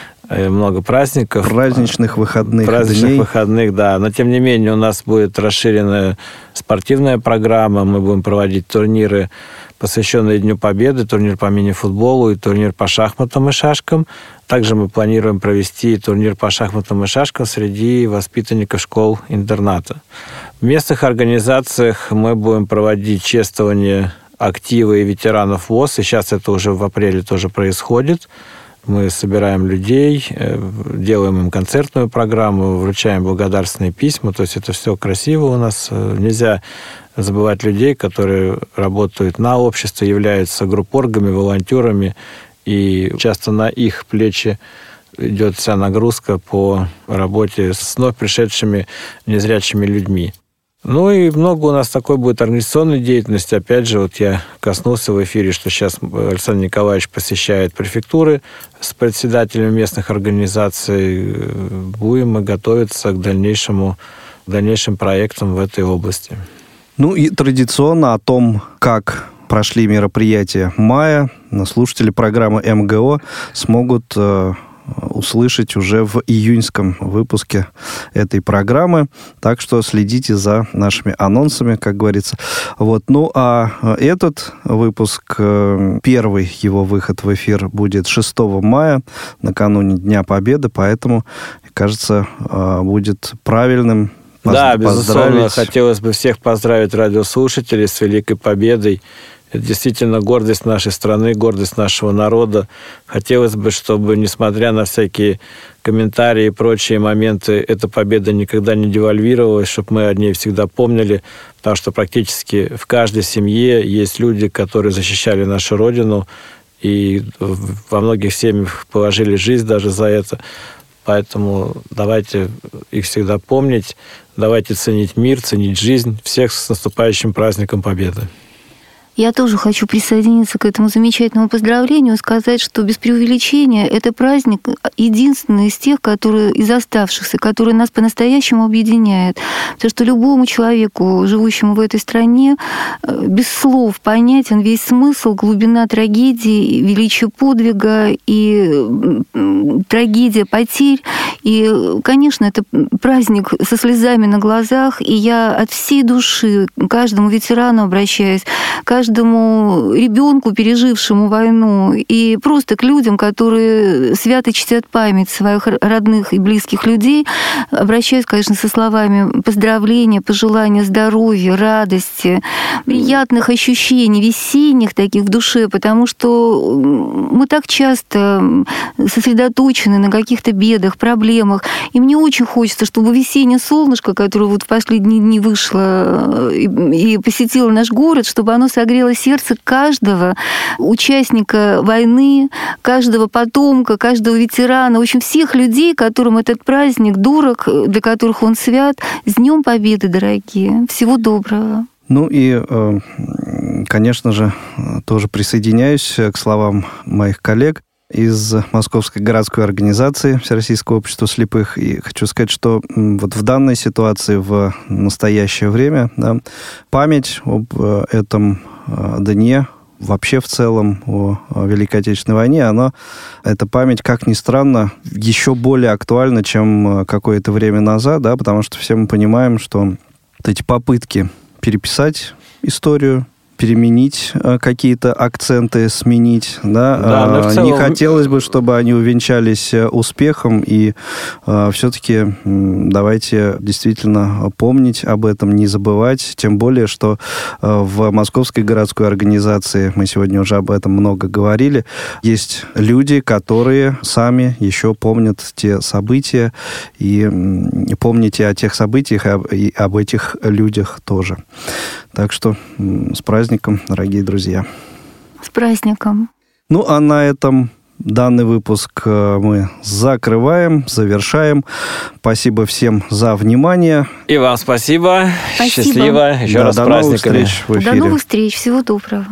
много праздников. Праздничных выходных Праздничных дней. выходных, да. Но, тем не менее, у нас будет расширенная спортивная программа. Мы будем проводить турниры, посвященные Дню Победы, турнир по мини-футболу и турнир по шахматам и шашкам. Также мы планируем провести турнир по шахматам и шашкам среди воспитанников школ-интерната. В местных организациях мы будем проводить чествование актива и ветеранов ВОС. И сейчас это уже в апреле тоже происходит. Мы собираем людей, делаем им концертную программу, вручаем благодарственные письма. То есть это все красиво у нас. Нельзя забывать людей, которые работают на обществе, являются группоргами, волонтерами. И часто на их плечи идет вся нагрузка по работе с вновь пришедшими незрячими людьми. Ну и много у нас такой будет организационной деятельности. Опять же, вот я коснулся в эфире, что сейчас Александр Николаевич посещает префектуры с председателями местных организаций. Будем мы готовиться к дальнейшему, дальнейшим проектам в этой области. Ну и традиционно о том, как прошли мероприятия мая, слушатели программы эм гэ о смогут э, услышать уже в июньском выпуске этой программы. Так что следите за нашими анонсами, как говорится. Вот. Ну, а этот выпуск, первый его выход в эфир будет шестого мая, накануне Дня Победы, поэтому, кажется, будет правильным поз- Да, безусловно, хотелось бы всех поздравить радиослушателей с Великой Победой. Это действительно гордость нашей страны, гордость нашего народа. Хотелось бы, чтобы, несмотря на всякие комментарии и прочие моменты, эта победа никогда не девальвировалась, чтобы мы о ней всегда помнили, потому что практически в каждой семье есть люди, которые защищали нашу Родину, и во многих семьях положили жизнь даже за это. Поэтому давайте их всегда помнить, давайте ценить мир, ценить жизнь. Всех с наступающим праздником Победы! Я тоже хочу присоединиться к этому замечательному поздравлению и сказать, что без преувеличения это праздник единственный из тех, которые из оставшихся, который нас по-настоящему объединяет. Потому что любому человеку, живущему в этой стране, без слов понятен весь смысл, глубина трагедии, величие подвига и трагедия потерь. И, конечно, это праздник со слезами на глазах, и я от всей души каждому ветерану обращаюсь, каждому каждому ребенку, пережившему войну, и просто к людям, которые свято чтят память своих родных и близких людей, обращаюсь, конечно, со словами поздравления, пожелания здоровья, радости, приятных ощущений, весенних таких в душе, потому что мы так часто сосредоточены на каких-то бедах, проблемах, и мне очень хочется, чтобы весеннее солнышко, которое вот в последние дни вышло и посетило наш город, чтобы оно согрело сердце каждого участника войны, каждого потомка, каждого ветерана, в общем, всех людей, которым этот праздник дорог, для которых он свят. С Днем Победы, дорогие! Всего доброго! Ну и, конечно же, тоже присоединяюсь к словам моих коллег из Московской городской организации Всероссийского общества слепых. И хочу сказать, что вот в данной ситуации, в настоящее время, да, память об этом дне, вообще в целом о Великой Отечественной войне, она, эта память, как ни странно, еще более актуальна, чем какое-то время назад, да, потому что все мы понимаем, что вот эти попытки переписать историю, переменить какие-то акценты, сменить, да, да, целом... не хотелось бы, чтобы они увенчались успехом, и э, все-таки давайте действительно помнить об этом, не забывать, тем более, что э, в Московской городской организации, мы сегодня уже об этом много говорили, есть люди, которые сами еще помнят те события, и э, помните о тех событиях и об, и об этих людях тоже. Так что э, с праздником, дорогие друзья. С праздником. Ну, а на этом данный выпуск мы закрываем, завершаем. Спасибо всем за внимание. И вам спасибо. Спасибо. Счастливо. Еще да, раз с до праздниками. Новых встреч в эфире. До новых встреч. Всего доброго.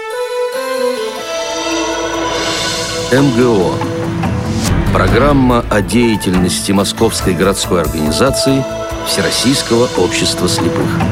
эм гэ о. Программа о деятельности Московской городской организации Всероссийского общества слепых.